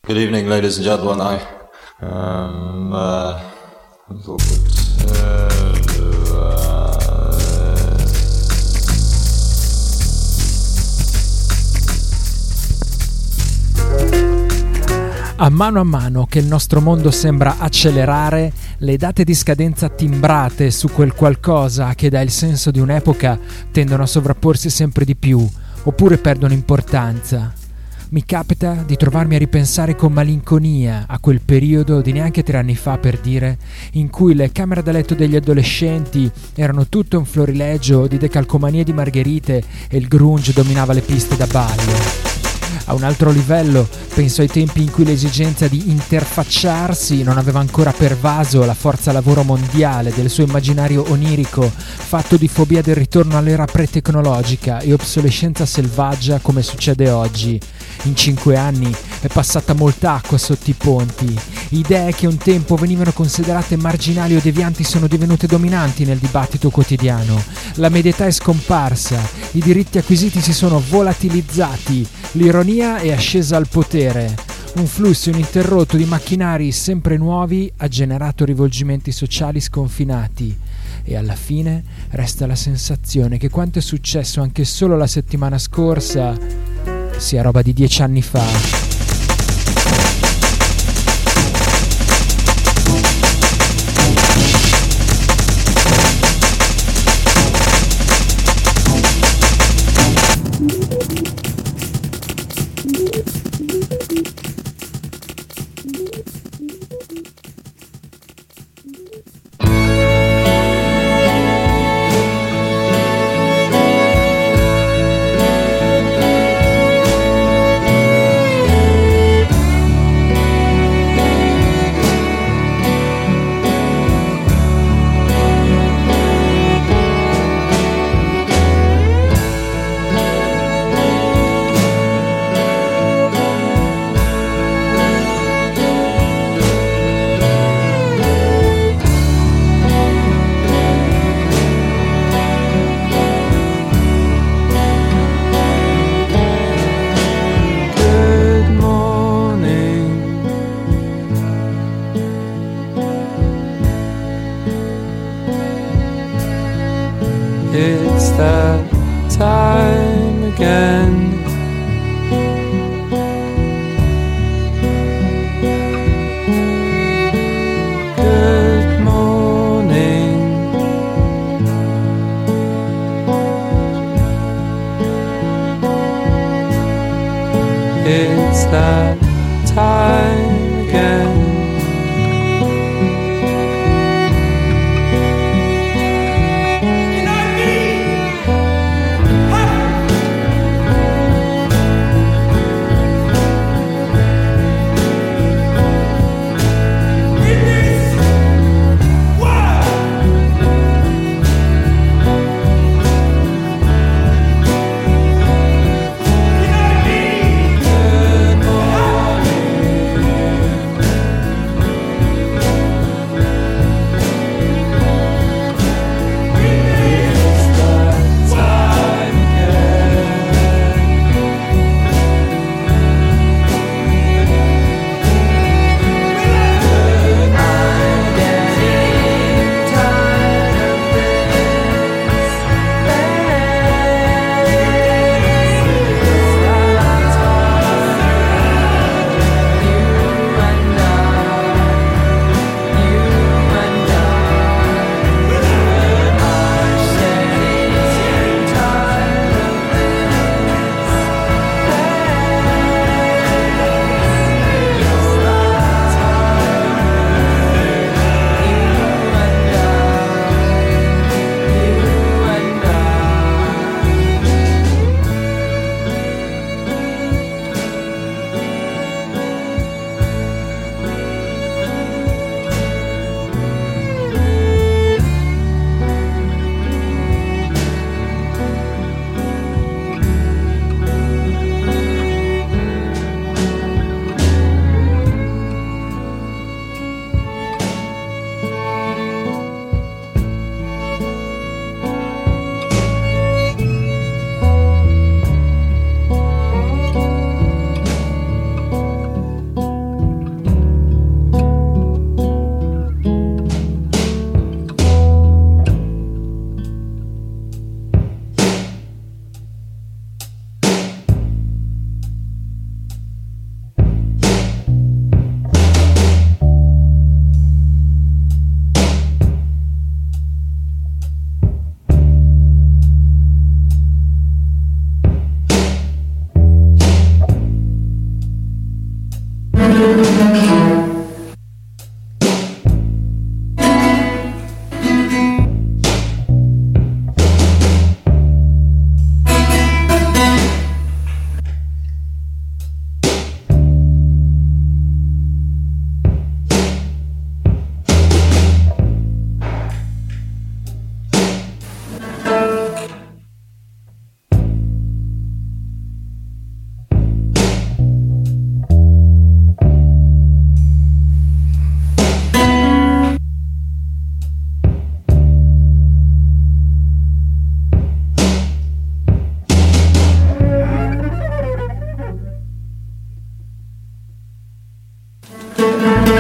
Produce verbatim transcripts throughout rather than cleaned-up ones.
Good evening, ladies and gentlemen. I um uh, uh A mano a mano che il nostro mondo sembra accelerare, le date di scadenza timbrate su quel qualcosa che dà il senso di un'epoca tendono a sovrapporsi sempre di più, oppure perdono importanza. Mi capita di trovarmi a ripensare con malinconia a quel periodo di neanche tre anni fa, per dire, in cui le camere da letto degli adolescenti erano tutto un florilegio di decalcomanie di margherite e il grunge dominava le piste da ballo. A un altro livello penso ai tempi in cui l'esigenza di interfacciarsi non aveva ancora pervaso la forza lavoro mondiale del suo immaginario onirico, fatto di fobia del ritorno all'era pre-tecnologica e obsolescenza selvaggia come succede oggi. In cinque anni è passata molta acqua sotto i ponti. Idee che un tempo venivano considerate marginali o devianti sono divenute dominanti nel dibattito quotidiano. La medietà è scomparsa, i diritti acquisiti si sono volatilizzati, l'ironia è ascesa al potere. Un flusso ininterrotto di macchinari sempre nuovi ha generato rivolgimenti sociali sconfinati. E alla fine resta la sensazione che quanto è successo anche solo la settimana scorsa sia roba di dieci anni fa. It's that time again. Good morning. It's that time again. Good morning.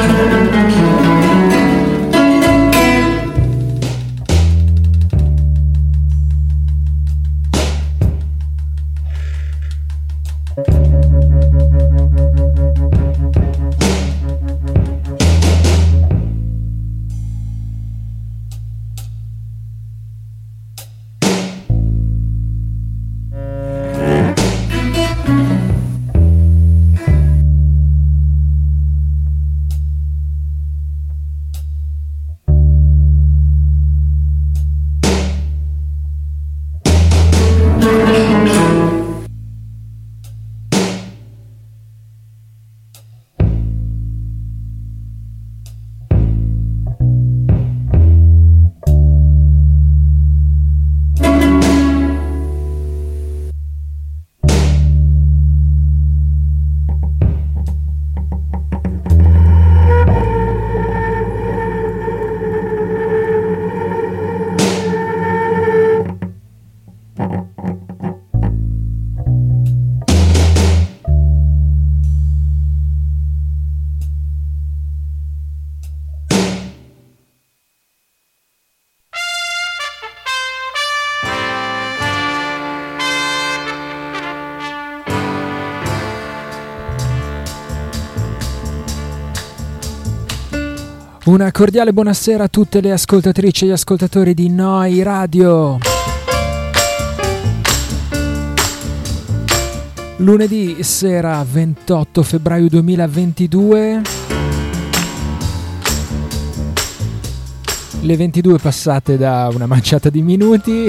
Una cordiale buonasera a tutte le ascoltatrici e gli ascoltatori di Noi Radio. Lunedì sera ventotto febbraio duemilaventidue, le ventidue passate da una manciata di minuti.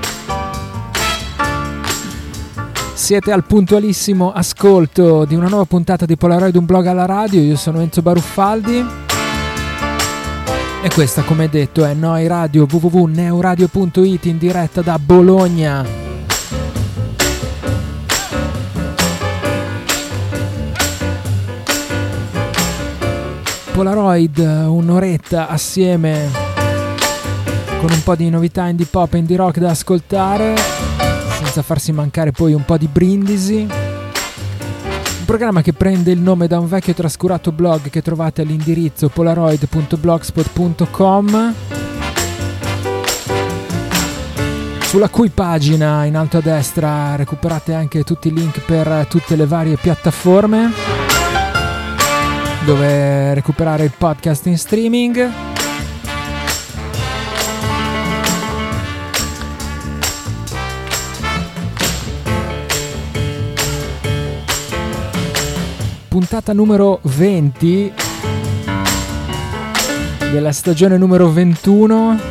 Siete al puntualissimo ascolto di una nuova puntata di Polaroid, un blog alla radio. Io sono Enzo Baruffaldi e questa, come detto, è Noi Radio, w w w punto neuradio punto it, in diretta da Bologna. Polaroid, un'oretta assieme con un po' di novità indie pop e indie rock da ascoltare, senza farsi mancare poi un po' di brindisi. Un programma che prende il nome da un vecchio trascurato blog che trovate all'indirizzo polaroid punto blogspot punto com, sulla cui pagina in alto a destra recuperate anche tutti i link per tutte le varie piattaforme dove recuperare il podcast in streaming. Puntata numero venti della stagione numero ventuno. Non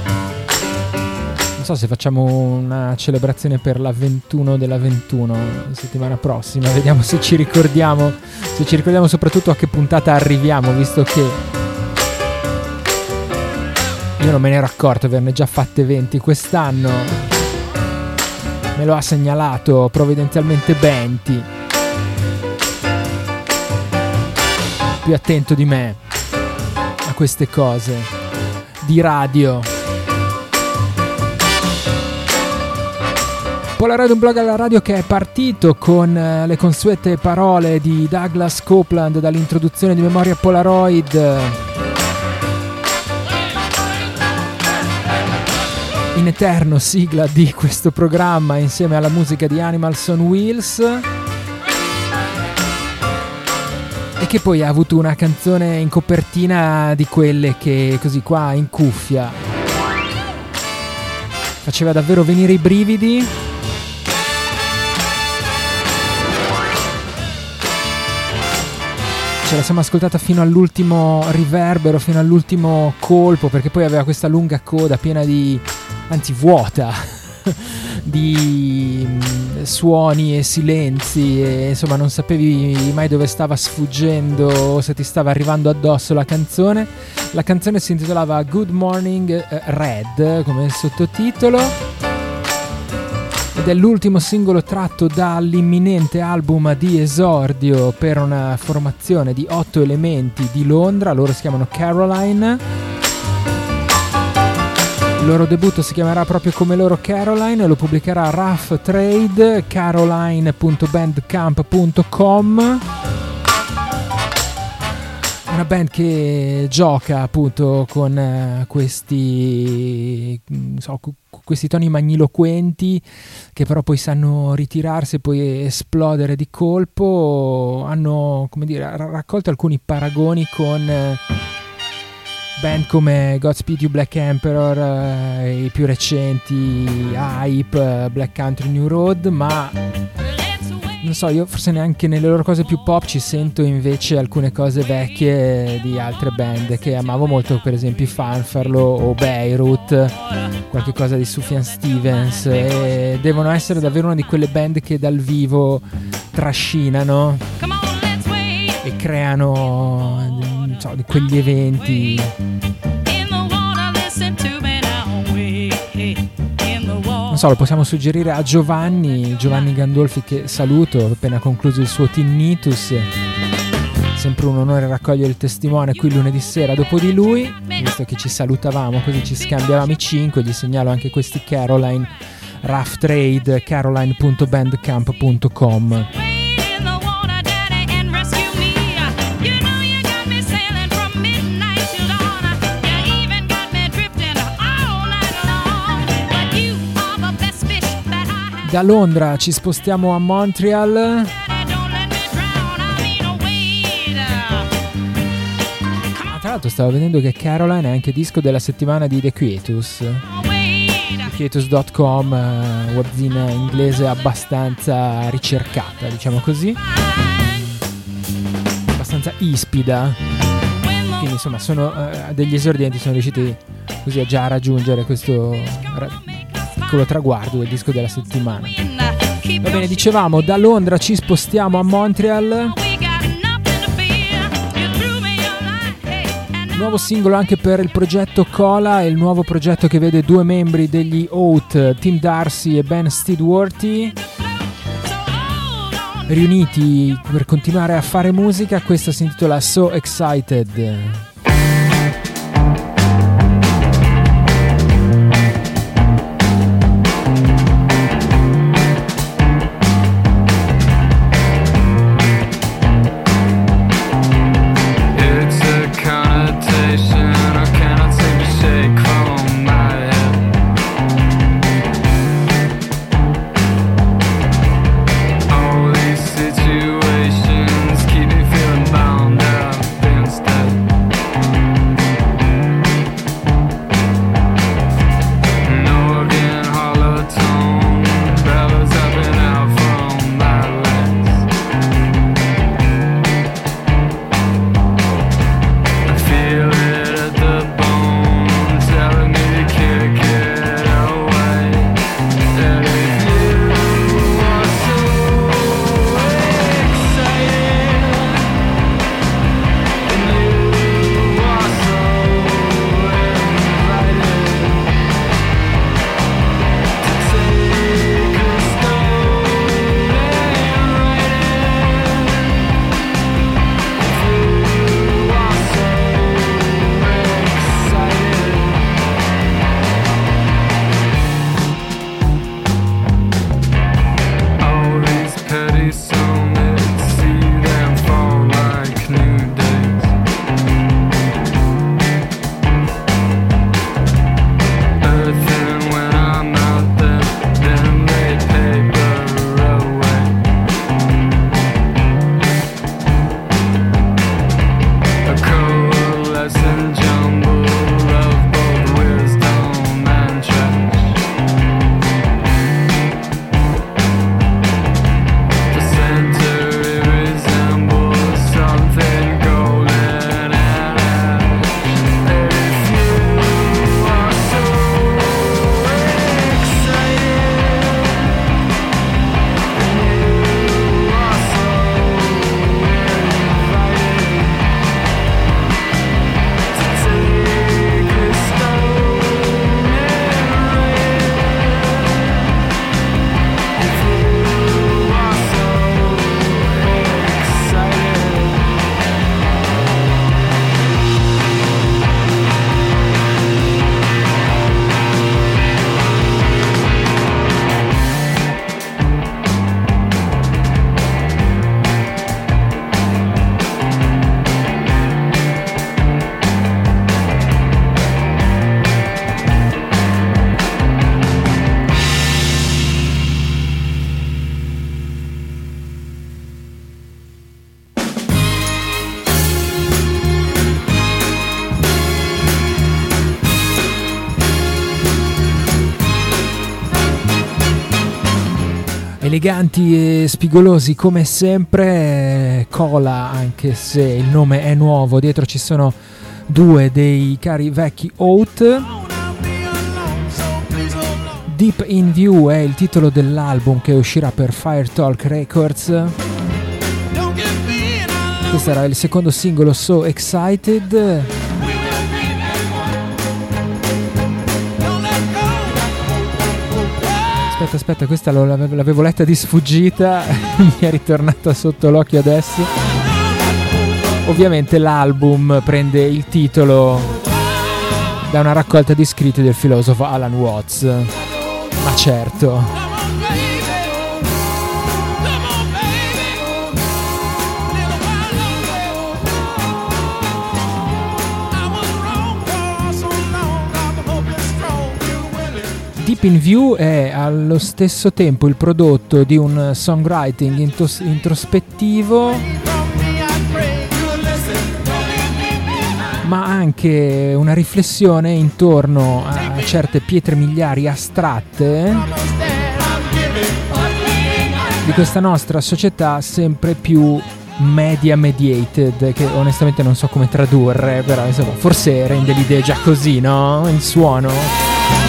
so se facciamo una celebrazione per la ventuno della ventuno settimana prossima, vediamo se ci ricordiamo, se ci ricordiamo soprattutto a che puntata arriviamo, visto che io non me ne ero accorto, averne già fatte venti quest'anno. Me lo ha segnalato provvidenzialmente Benti, più attento di me a queste cose di radio. Polaroid, un blog alla radio che è partito con le consuete parole di Douglas Copeland dall'introduzione di Memoria Polaroid, in eterno sigla di questo programma, insieme alla musica di Animals on Wheels, e che poi ha avuto una canzone in copertina di quelle che così qua in cuffia faceva davvero venire i brividi. Ce la siamo ascoltata fino all'ultimo riverbero, fino all'ultimo colpo, perché poi aveva questa lunga coda piena di, anzi vuota, di suoni e silenzi, e insomma non sapevi mai dove stava sfuggendo o se ti stava arrivando addosso la canzone. La canzone si intitolava Good Morning Red come sottotitolo, ed è l'ultimo singolo tratto dall'imminente album di esordio per una formazione di otto elementi di Londra. Loro si chiamano Caroline. Il loro debutto si chiamerà proprio come loro, Caroline, e lo pubblicherà Rough Trade, caroline punto bandcamp punto com. una band che gioca appunto con uh, questi, non so, questi toni magniloquenti che però poi sanno ritirarsi e poi esplodere di colpo. Hanno, come dire, raccolto alcuni paragoni con uh, band come Godspeed You Black Emperor, uh, i più recenti Hype, uh, Black Country New Road, ma non so, io forse neanche nelle loro cose più pop ci sento invece alcune cose vecchie di altre band che amavo molto, per esempio i Fanfarlo o Beirut, qualche cosa di Sufjan Stevens, e devono essere davvero una di quelle band che dal vivo trascinano e creano, non so, di quegli eventi. Non so, lo possiamo suggerire a Giovanni, Giovanni Gandolfi, che saluto, appena concluso il suo Tinnitus. Sempre un onore raccogliere il testimone qui lunedì sera dopo di lui, visto che ci salutavamo, così ci scambiavamo i cinque. Gli segnalo anche questi Caroline, Rough Trade, caroline punto bandcamp punto com. Da Londra ci spostiamo a Montreal. Ah, tra l'altro stavo vedendo che Caroline è anche disco della settimana di The Quietus. The Quietus punto com, webzine inglese abbastanza ricercata, diciamo così. Abbastanza ispida. Quindi insomma sono uh, degli esordienti, sono riusciti così a già raggiungere questo piccolo traguardo del disco della settimana. Va bene, dicevamo, da Londra ci spostiamo a Montreal. Nuovo singolo anche per il progetto Cola, il nuovo progetto che vede due membri degli Oath, Tim Darcy e Ben Steedworthy, riuniti per continuare a fare musica. Questa si intitola So Excited. Situations keep me feeling bound up instead. Eleganti e spigolosi come sempre, Cola, anche se il nome è nuovo, dietro ci sono due dei cari vecchi Out. Deep in View è il titolo dell'album che uscirà per Fire Talk Records. Questo era il secondo singolo, So Excited. Aspetta, aspetta, questa l'avevo, l'avevo letta di sfuggita, mi è ritornata sotto l'occhio adesso. Ovviamente l'album prende il titolo da una raccolta di scritti del filosofo Alan Watts. Ma certo. Deep in View è allo stesso tempo il prodotto di un songwriting intos- introspettivo, ma anche una riflessione intorno a certe pietre miliari astratte di questa nostra società sempre più media mediated, che onestamente non so come tradurre, però insomma forse rende l'idea già così, no? Il suono.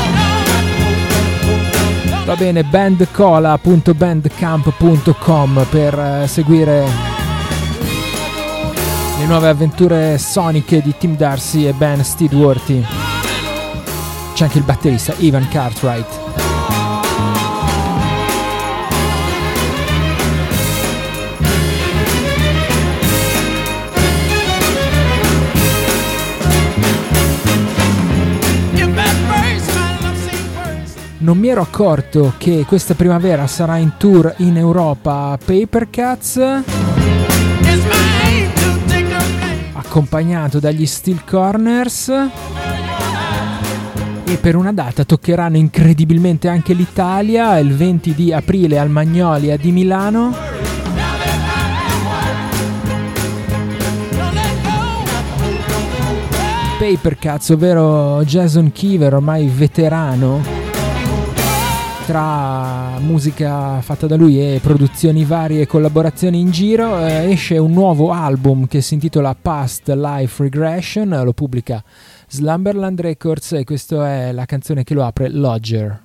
Va bene, bandcola punto bandcamp punto com per uh, seguire le nuove avventure soniche di Tim Darcy e Ben Steedworthy. C'è anche il batterista Ivan Cartwright. Non mi ero accorto che questa primavera sarà in tour in Europa Paper Cuts, accompagnato dagli Steel Corners, e per una data toccheranno incredibilmente anche l'Italia il venti di aprile al Magnolia di Milano. Paper Cuts, ovvero Jason Keever, ormai veterano tra musica fatta da lui e produzioni varie e collaborazioni in giro. Eh, esce un nuovo album che si intitola Past Life Regression, lo pubblica Slumberland Records e questa è la canzone che lo apre, Lodger.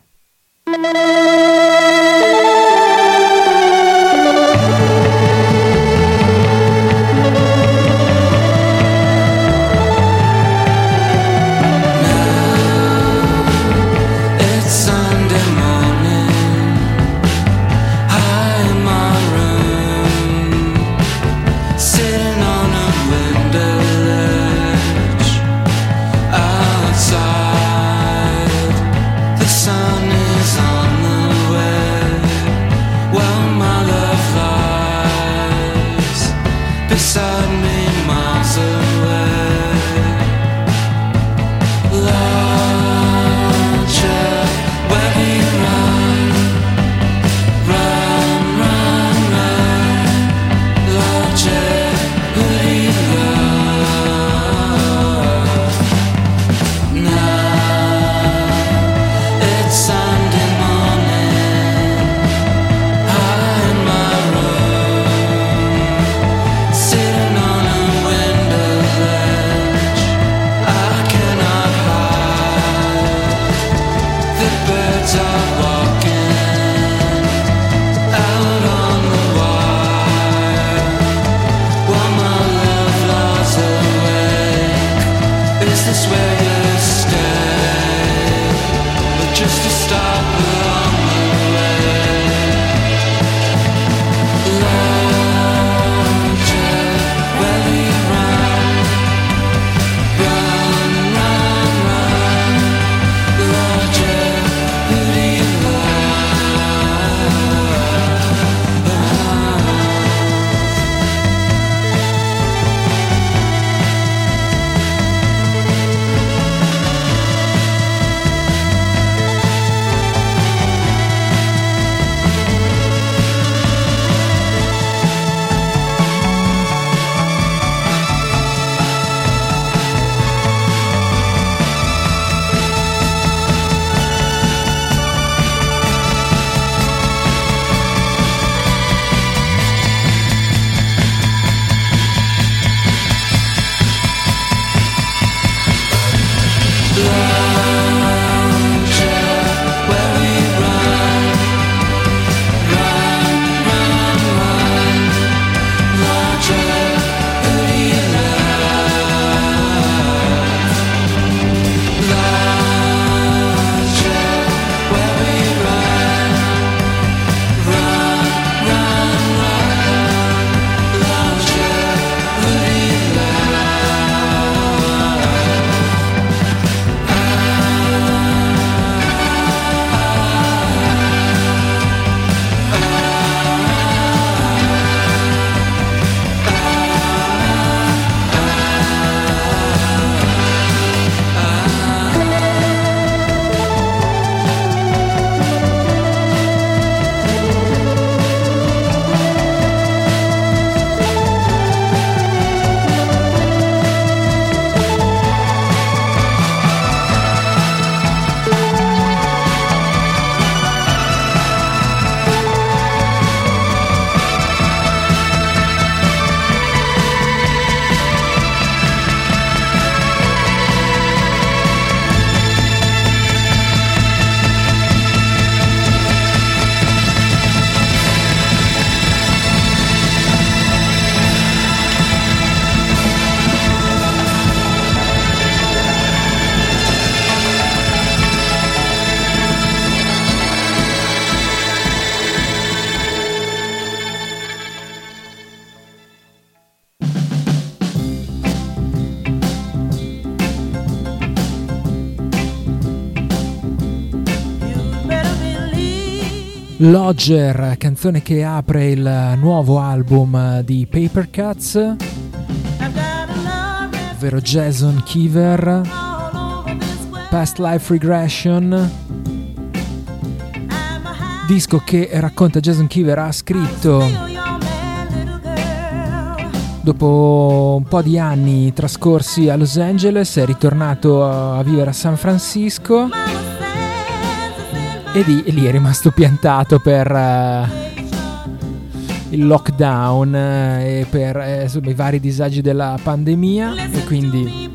Lodger, canzone che apre il nuovo album di Paper Cuts, ovvero Jason Keever, Past Life Regression, disco che racconta Jason Keever ha scritto dopo un po' di anni trascorsi a Los Angeles, è ritornato a vivere a San Francisco e lì, lì è rimasto piantato per uh, il lockdown uh, e per uh, insomma, i vari disagi della pandemia, e quindi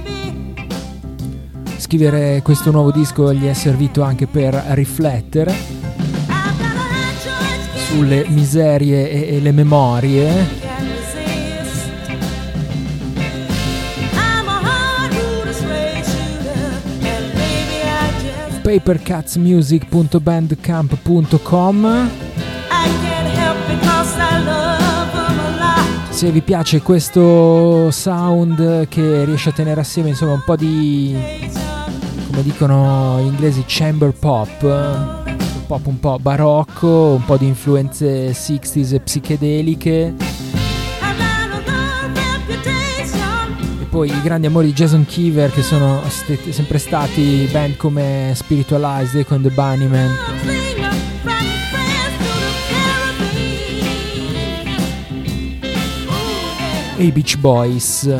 scrivere questo nuovo disco gli è servito anche per riflettere sulle miserie e, e le memorie. papercutsmusic punto bandcamp punto com. Se vi piace questo sound che riesce a tenere assieme insomma un po' di, come dicono gli inglesi, chamber pop, un pop un po' barocco, un po' di influenze sessantaste e psichedeliche, poi i grandi amori di Jason Keever, che sono st- sempre stati band come Spiritualized, Echo and the Bunnymen, e i Beach Boys.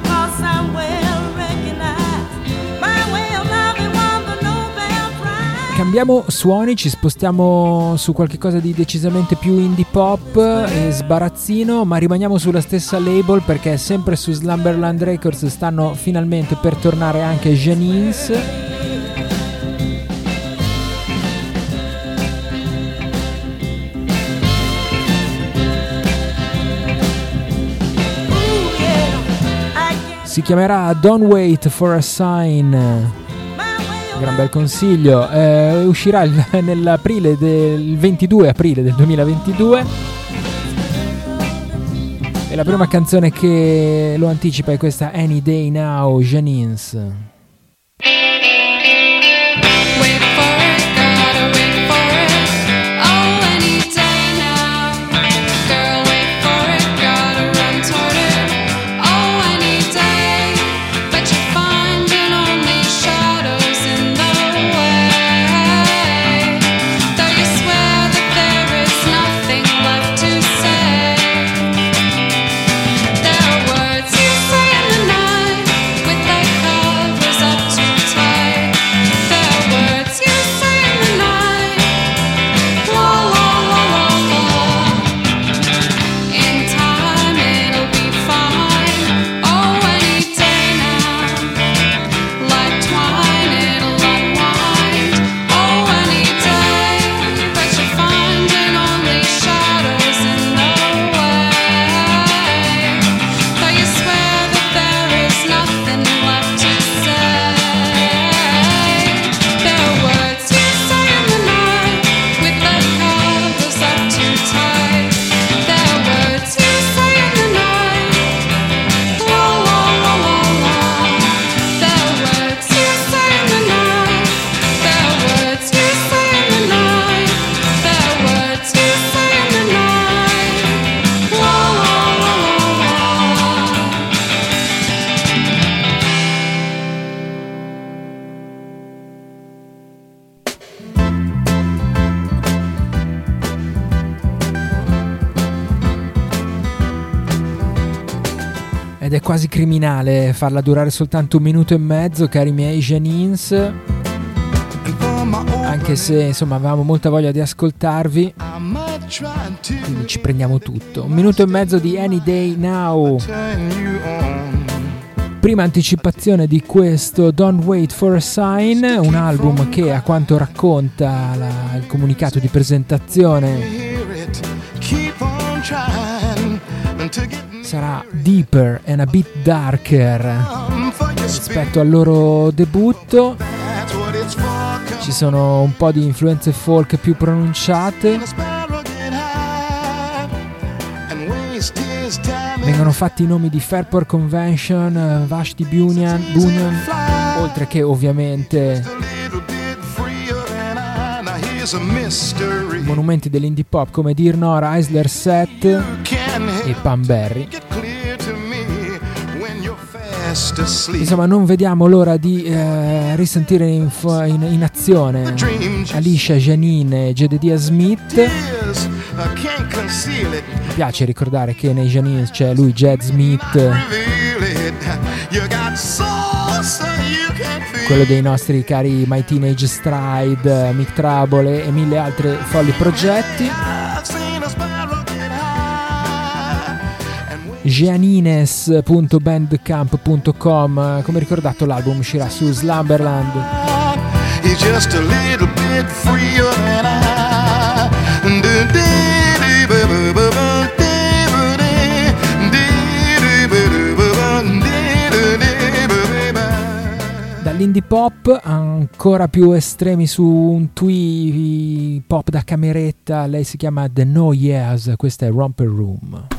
Cambiamo suoni, ci spostiamo su qualche cosa di decisamente più indie pop e sbarazzino, ma rimaniamo sulla stessa label perché sempre su Slumberland Records stanno finalmente per tornare anche Janins. Si chiamerà Don't Wait for a Sign. Gran bel consiglio, eh, uscirà il, nell'aprile del ventidue aprile del duemilaventidue e la prima canzone che lo anticipa è questa Any Day Now, Janins. Ed è quasi criminale farla durare soltanto un minuto e mezzo, cari miei Janins, anche se insomma avevamo molta voglia di ascoltarvi, quindi ci prendiamo tutto. Un minuto e mezzo di Any Day Now, prima anticipazione di questo Don't Wait for a Sign, un album che, a quanto racconta la, il comunicato di presentazione, sarà deeper and a bit darker rispetto al loro debutto. Ci sono un po' di influenze folk più pronunciate, vengono fatti i nomi di Fairport Convention, Vashti Bunyan, Bunyan, oltre che ovviamente monumenti dell'indie pop come Dear Nora, Eisler Set e Pam Berry. Insomma, non vediamo l'ora di eh, risentire in, in, in azione Alicia, Janine e Jedediah Smith. Mi piace ricordare che nei Janine c'è lui, Jed Smith, quello dei nostri cari My Teenage Stride, Mick Trouble e mille altri folli progetti. Janines punto bandcamp punto com. Come ricordato, l'album uscirà su Slumberland. He's just a little bit freer than I. Dall'indie pop ancora più estremi su un twee pop da cameretta, lei si chiama The No Years, questa è Romper Room.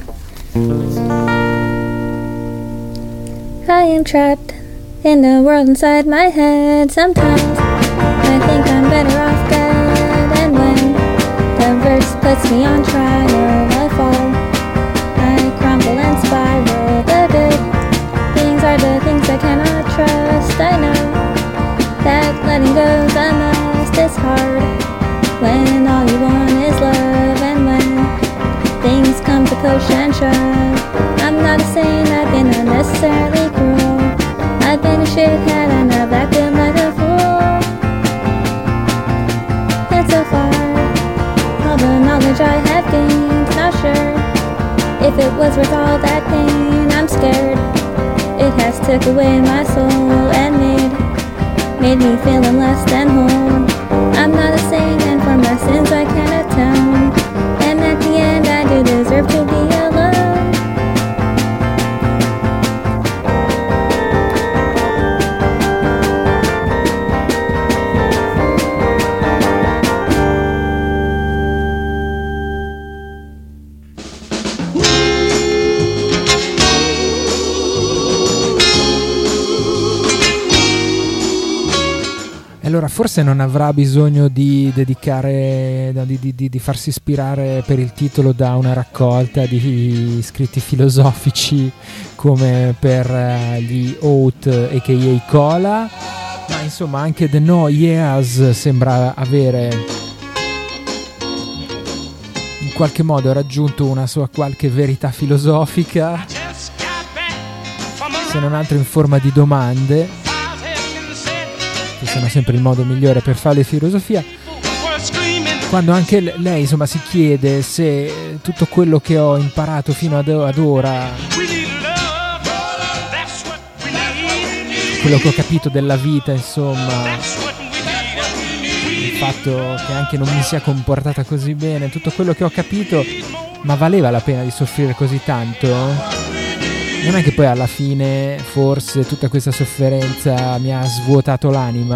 I am trapped in the world inside my head. Sometimes I think I'm better off dead. And when the verse puts me on trial, I fall, I crumble and spiral. The good things are the things I cannot trust. I know that letting go's a must. It's hard when all you want is love. And when things come to push and shove, I'm not a saint, I've been unnecessarily cruel. I've been a shithead and I've acted like a fool. And so far, all the knowledge I have gained, not sure if it was worth all that pain. I'm scared it has took away my soul and made made me feeling less than whole. I'm not a saint and for my sins I can atone. And at the end I do deserve to be alone. Allora, forse non avrà bisogno di dedicare, di, di, di, di farsi ispirare per il titolo da una raccolta di scritti filosofici come per gli Oath a k a. Cola, ma insomma anche The No Years sembra avere in qualche modo raggiunto una sua qualche verità filosofica, se non altro in forma di domande, che sono sempre il modo migliore per fare filosofia, quando anche lei insomma si chiede se tutto quello che ho imparato fino ad, ad ora, quello che ho capito della vita, insomma, il fatto che anche non mi sia comportata così bene, tutto quello che ho capito, ma valeva la pena di soffrire così tanto? Non è che poi alla fine forse tutta questa sofferenza mi ha svuotato l'anima?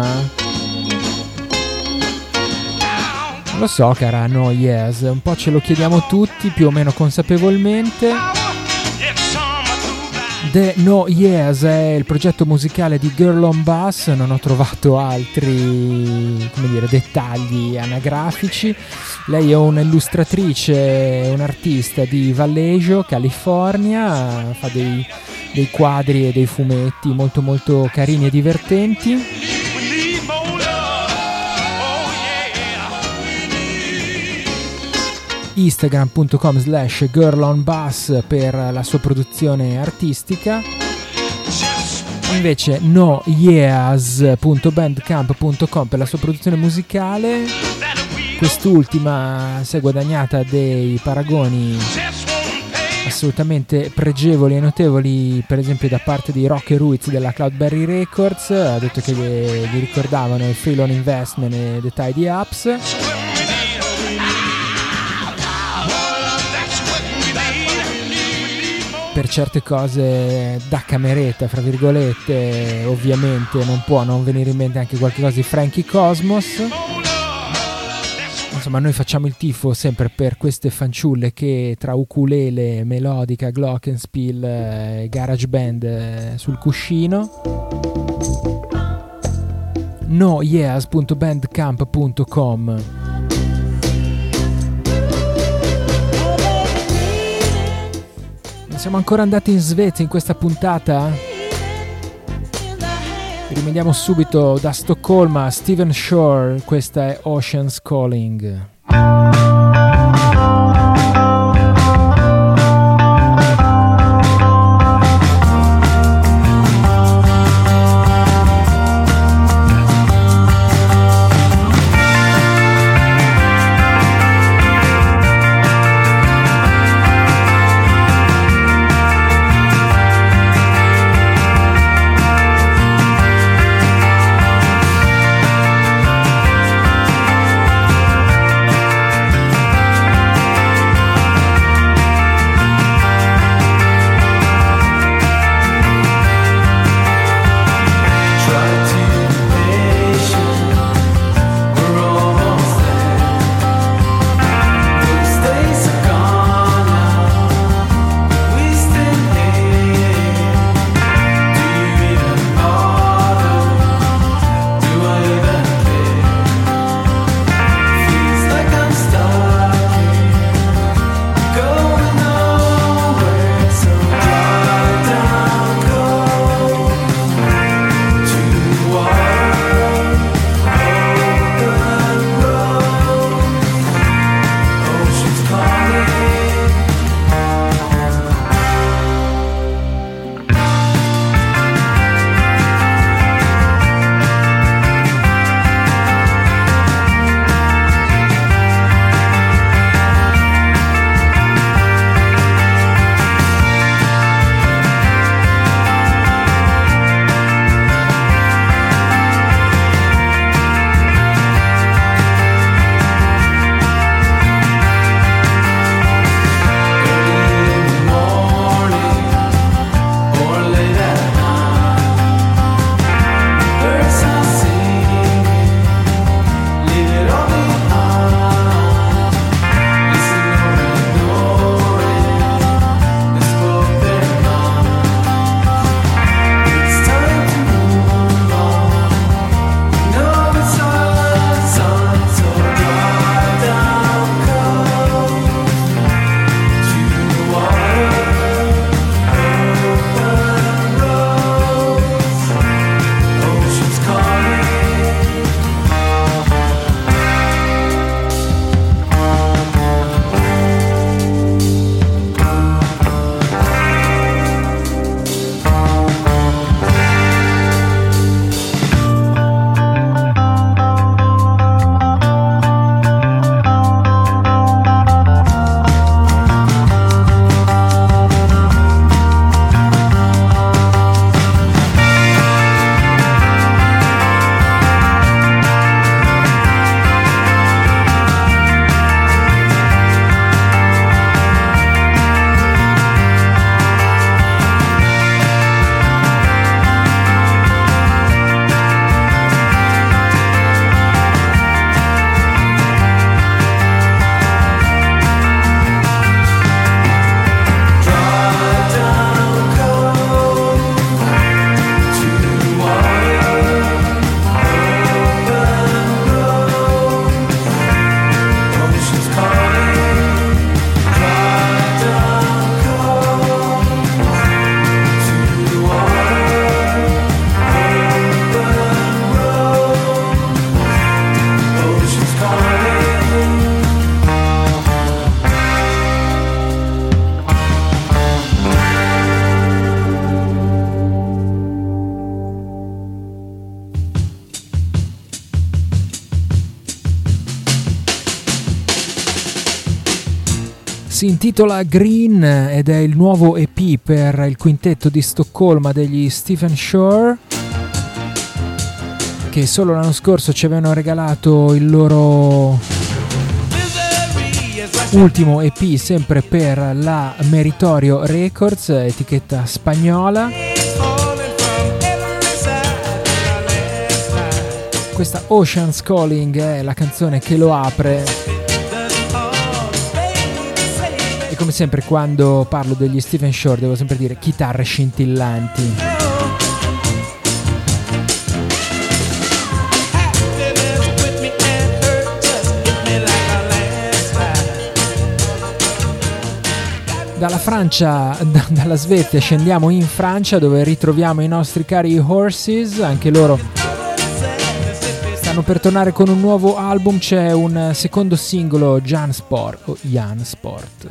Non lo so, cara No Years, un po' ce lo chiediamo tutti più o meno consapevolmente. The No Years è il progetto musicale di Girl on Bass, non ho trovato altri, come dire, dettagli anagrafici. Lei è un'illustratrice, un'artista di Vallejo, California, fa dei, dei quadri e dei fumetti molto molto carini e divertenti. Instagram punto com slash girlonbass per la sua produzione artistica. Invece no years punto bandcamp punto com per la sua produzione musicale. Quest'ultima si è guadagnata dei paragoni assolutamente pregevoli e notevoli, per esempio da parte di Rocky Ruiz della Cloudberry Records. Ha detto che gli, gli ricordavano il Freelon Investment e The Tidy Ups. Per certe cose da cameretta, fra virgolette, ovviamente non può non venire in mente anche qualcosa di Frankie Cosmos. Insomma, noi facciamo il tifo sempre per queste fanciulle che tra ukulele, melodica, glockenspiel e garage band sul cuscino. no years punto bandcamp punto com. Siamo ancora andati in Svezia in questa puntata? Rimediamo subito da Stoccolma, Stephen Shore, questa è Ocean's Calling. Si intitola Green ed è il nuovo E P per il quintetto di Stoccolma degli Stephen Shore, che solo l'anno scorso ci avevano regalato il loro ultimo E P sempre per la Meritorio Records, etichetta spagnola. Questa Ocean's Calling è la canzone che lo apre. E come sempre quando parlo degli Stephen Shore devo sempre dire chitarre scintillanti. Dalla Francia, da, dalla Svezia scendiamo in Francia, dove ritroviamo i nostri cari Horses. Anche loro stanno per tornare con un nuovo album. C'è un secondo singolo, Jan Sport o Jan Sport.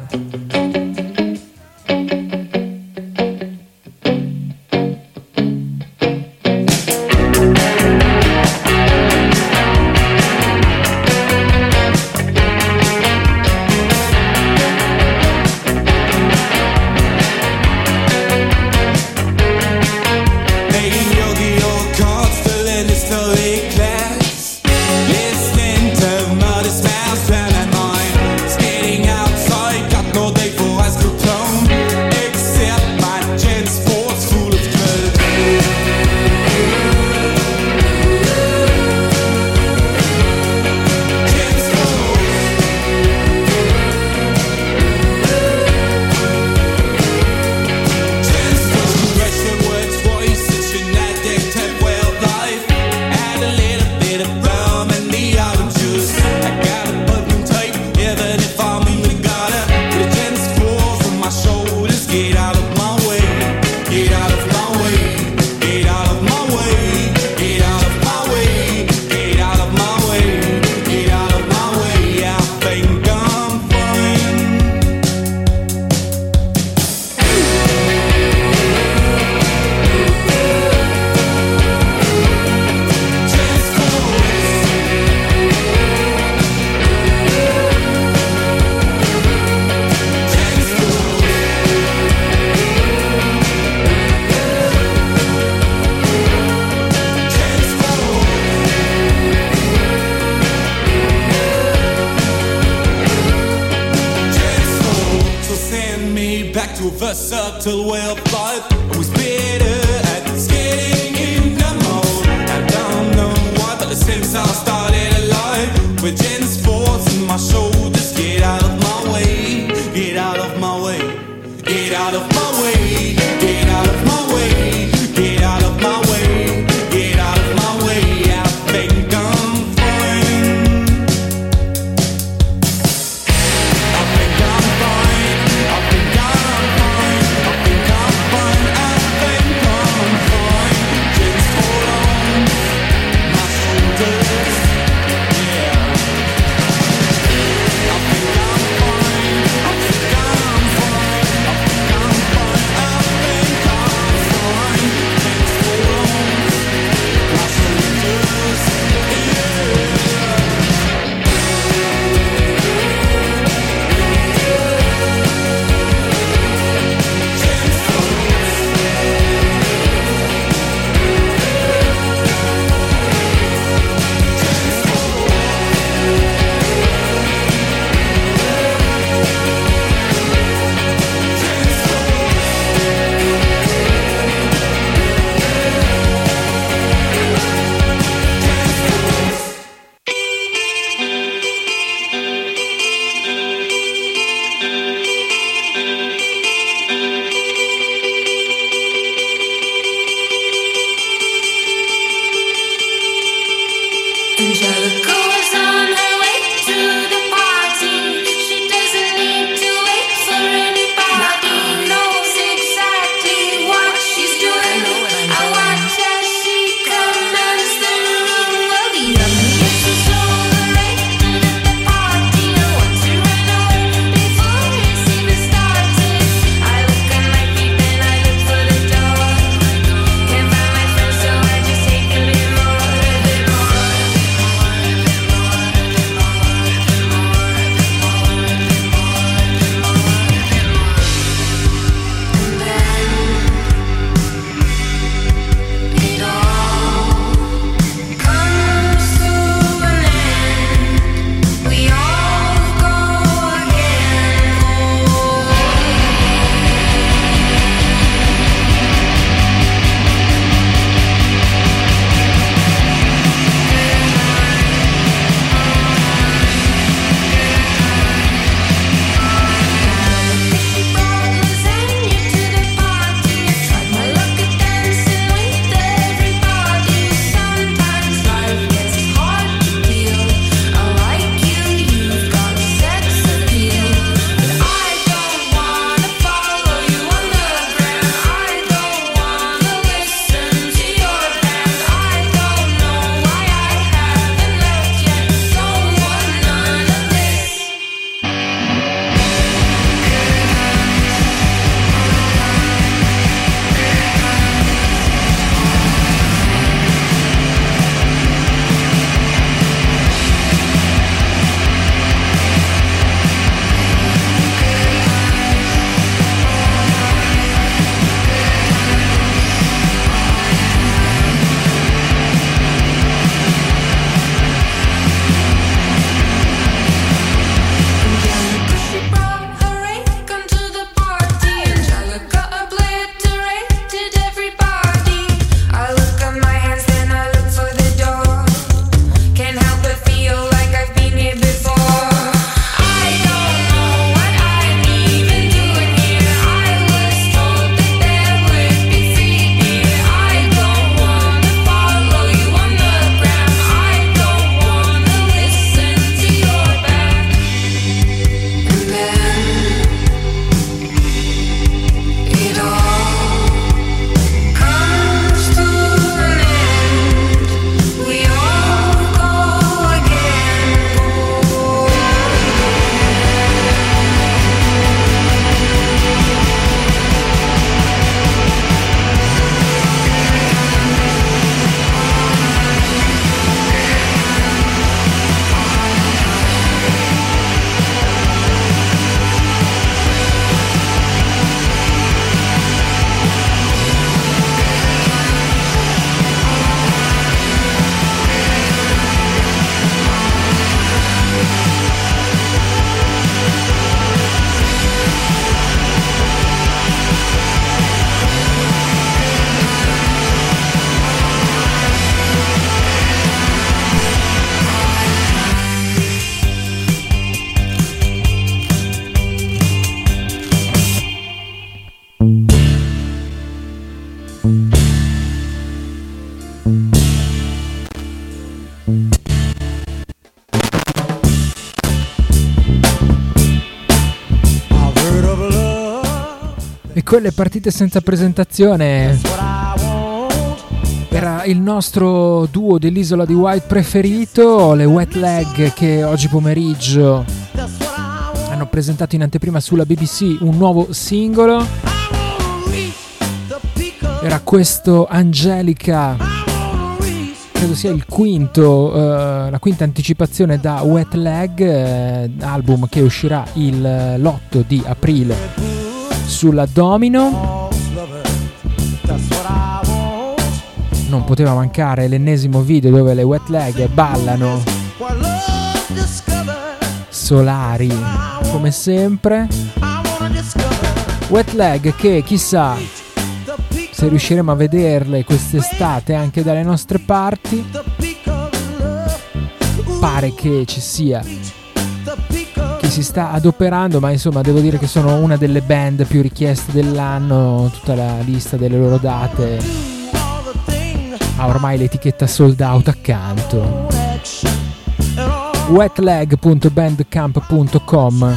Subtle way of life, I was better at skating in the mode. I don't know why, but since I started alive with Gen Sports in my shoulders, get out of my way, get out of my way, get out of my way, get out of my way, get out of my way, get out of my way. I think I'm fine. I think I'm fine. I think I'm fine. I think I'm fine. I think I'm fine. Just hold on my shoulders. Yeah. I think I'm fine. I think I'm fine. I think I'm fine. I think I'm fine. Just hold on my shoulders. Yeah. Angelica's on her way to the party. She doesn't need to wait for anybody. Knows exactly what she's doing. I watch as she commands the room. Well, the young is overrated at the party. I want to run away before it's even started. I look at my feet and I look for the door. Can't find my friends, so I just take a bit more, a bit more. quelle partite senza presentazione. Era il nostro duo dell'Isola di Wight preferito, le Wet Leg, che oggi pomeriggio hanno presentato in anteprima sulla B B C un nuovo singolo. Era questo Angelica, credo sia il quinto, uh, la quinta anticipazione da Wet Leg, eh, album che uscirà il l'otto di aprile sulla Domino. Non poteva mancare l'ennesimo video dove le Wet Leg ballano solari come sempre. Wet Leg che chissà se riusciremo a vederle quest'estate anche dalle nostre parti. Pare che ci sia chi si sta adoperando, ma insomma devo dire che sono una delle band più richieste dell'anno. Tutta la lista delle loro date ha ormai l'etichetta sold out accanto. wetleg punto bandcamp punto com.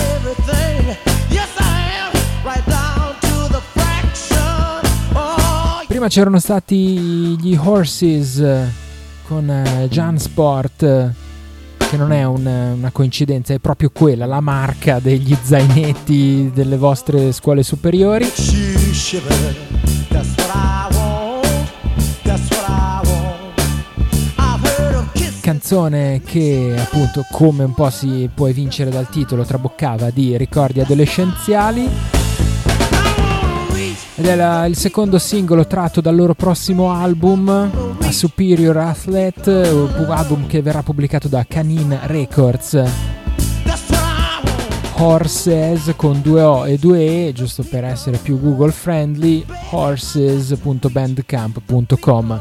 Prima c'erano stati gli Horses con uh, Jansport, che non è un, una coincidenza, è proprio quella, la marca degli zainetti delle vostre scuole superiori. Canzone che appunto, come un po' si può evincere dal titolo, traboccava di ricordi adolescenziali. Ed è la, il secondo singolo tratto dal loro prossimo album, A Superior Athlete, un album che verrà pubblicato da Canine Records. Horses con due O e due E, giusto per essere più Google friendly, horses punto bandcamp punto com.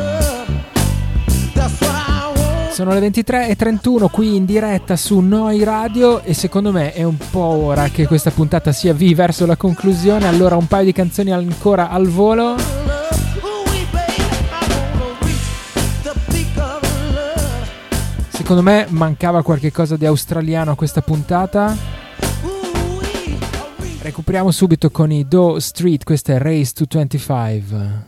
Sono le ventitré e trentuno qui in diretta su Noi Radio e secondo me è un po' ora che questa puntata si avvii verso la conclusione. Allora un paio di canzoni ancora al volo. Secondo me mancava qualche cosa di australiano a questa puntata. Recuperiamo subito con i Doe Street, questa è Race to venticinque.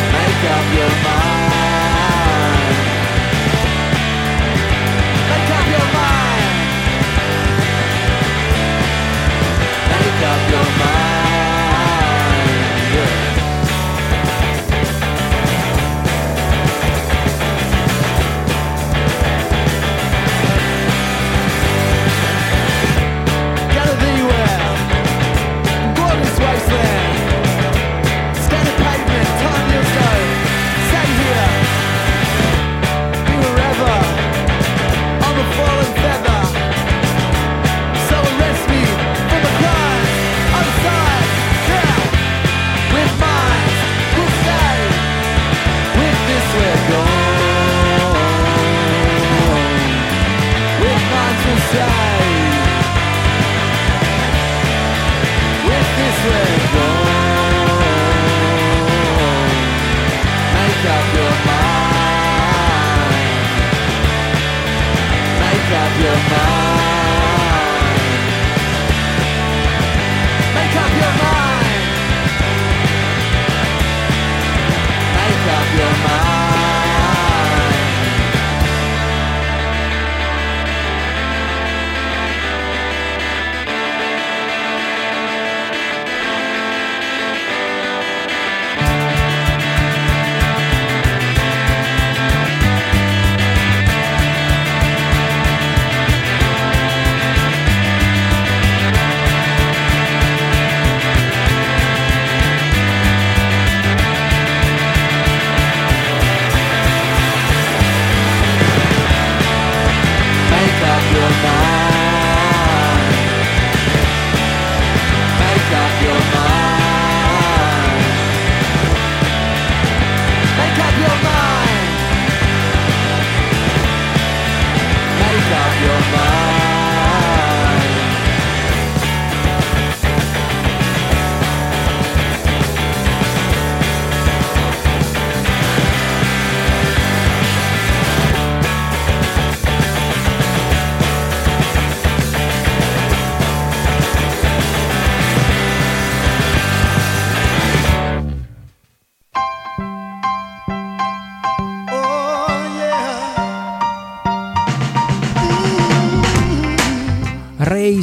Make up your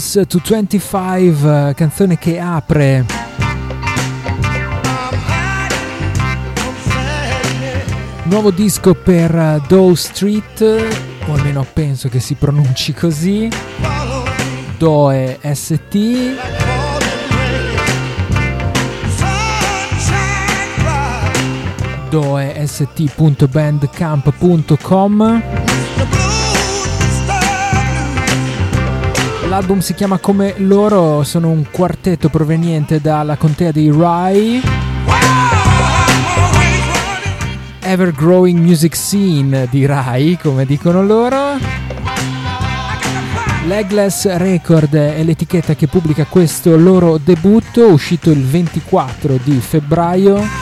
Race to venticinque, canzone che apre nuovo disco per Doe Street, o almeno penso che si pronunci così, Doe S T. doe s t punto bandcamp punto com. L'album si chiama come loro, sono un quartetto proveniente dalla contea di Rye, Ever Growing Music Scene di Rye, come dicono loro. Legless Record è l'etichetta che pubblica questo loro debutto, uscito il ventiquattro di febbraio.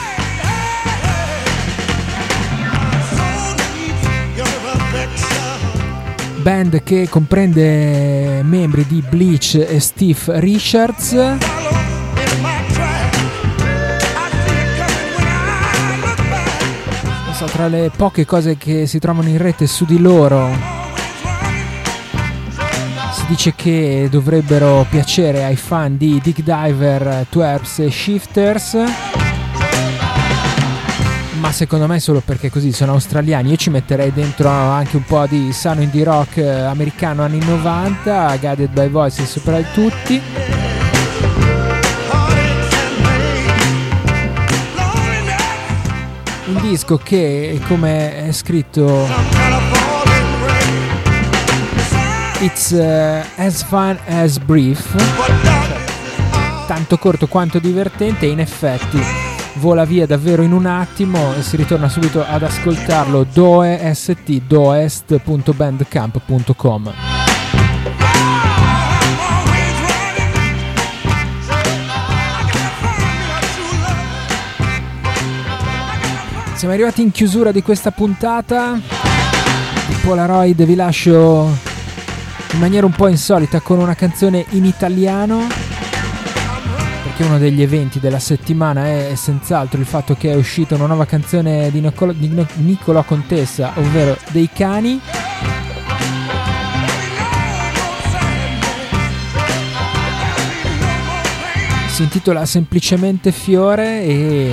Band che comprende membri di Bleach e Steve Richards. Non so, tra le poche cose che si trovano in rete su di loro, si dice che dovrebbero piacere ai fan di Dick Diver, Twerps e Shifters, ma secondo me solo perché così sono australiani. Io ci metterei dentro anche un po' di sano indie rock americano anni novanta, Guided by Voices sopra il tutti. Un disco che, come è scritto, it's uh, as fun as brief, cioè, tanto corto quanto divertente, e in effetti vola via davvero in un attimo e si ritorna subito ad ascoltarlo. Doe S T, doest punto bandcamp punto com. Siamo arrivati in chiusura di questa puntata di Polaroid. Vi lascio in maniera un po' insolita con una canzone in italiano, perché uno degli eventi della settimana è senz'altro il fatto che è uscita una nuova canzone di Nicolò, di Nicolò Contessa, ovvero Dei Cani. Si intitola semplicemente Fiore e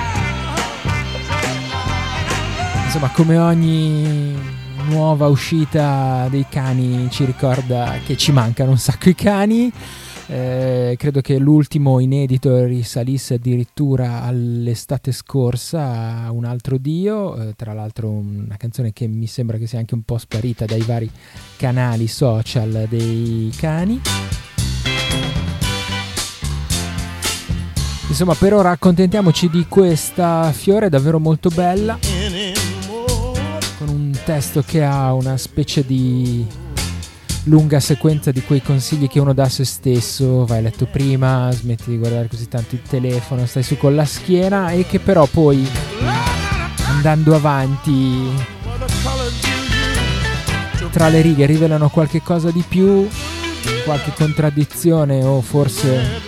insomma, come ogni nuova uscita dei Cani ci ricorda che ci mancano un sacco i cani. Eh, credo che l'ultimo inedito risalisse addirittura all'estate scorsa a Un altro Dio, eh, tra l'altro una canzone che mi sembra che sia anche un po' sparita dai vari canali social dei cani. Insomma, per ora accontentiamoci di questa Fiore davvero molto bella, con un testo che ha una specie di lunga sequenza di quei consigli che uno dà a se stesso: vai a letto prima, smetti di guardare così tanto il telefono, stai su con la schiena, e che però poi andando avanti tra le righe rivelano qualche cosa di più, qualche contraddizione o forse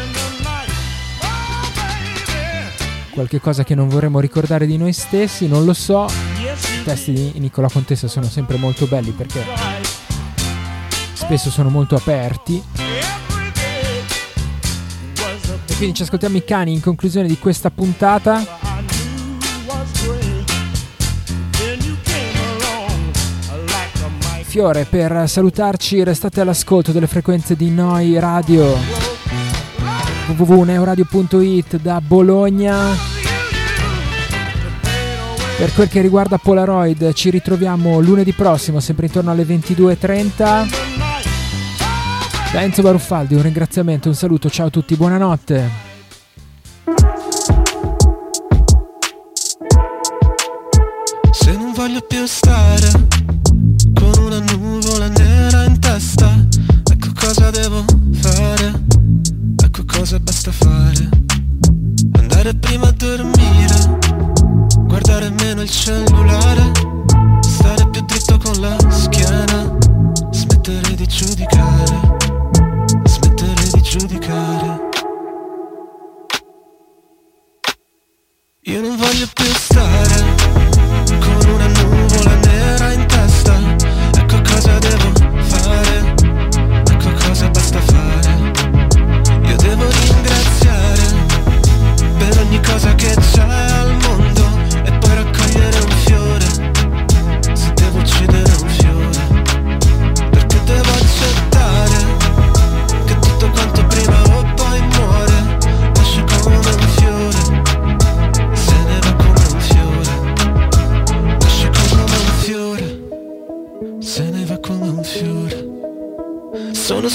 qualche cosa che non vorremmo ricordare di noi stessi, non lo so. I testi di Nicolò Contessa sono sempre molto belli perché spesso sono molto aperti, e quindi ci ascoltiamo i Cani in conclusione di questa puntata. Fiore per salutarci. Restate all'ascolto delle frequenze di Noi Radio, w w w punto neoradio punto it da Bologna. Per quel che riguarda Polaroid, ci ritroviamo lunedì prossimo, sempre intorno alle ventidue e trenta. Da Enzo Baruffaldi un ringraziamento, un saluto, ciao a tutti, buonanotte. Se non voglio più stare con una nuvola nera in testa, ecco cosa devo fare, ecco cosa basta fare. Andare prima a dormire, guardare meno il cellulare, stare più dritto con la schiena, smettere di giudicare, smettere di giudicare.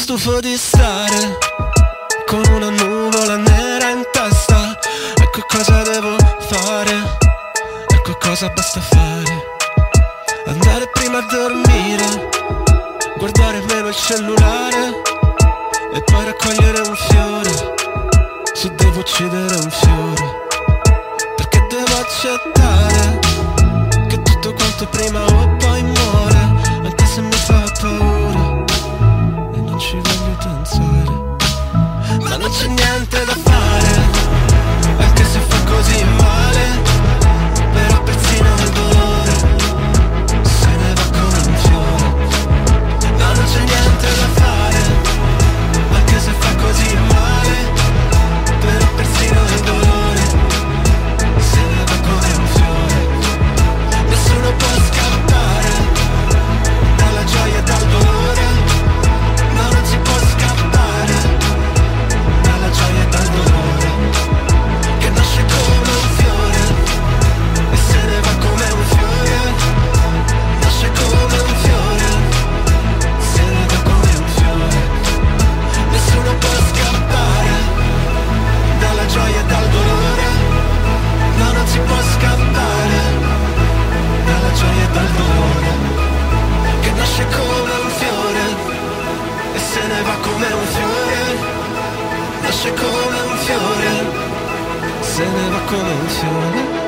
stufo di stare con una nuvola nera in testa. Ecco cosa devo fare, ecco cosa basta fare. Andare prima a dormire, guardare meno il cellulare e poi raccogliere un fiore. Se devo uccidere un fiore, perché devo accettare che tutto quanto prima o poi muore, anche se mi fa paura e non ci voglio pensare. Ma non c'è niente da fare, anche se fa così male, però persino il dolore se ne va come un fiore. Ma non c'è niente da fare, anche se fa così male, però persino il dolore se ne va come un fiore. Nessuno può scappare dalla gioia e dal dolore, ma non si può scappare dalla gioia e dal dolore, che nasce come un fiore e se ne va come un fiore. Nasce come un fiore, se ne va come un fiore. Nessuno può scappare dalla gioia e dal dolore, ma non si può scappare dalla gioia e dal dolore, che nasce come un fiore e se ne va come un fiore. Nasce come un fiore, se ne va come un fiore.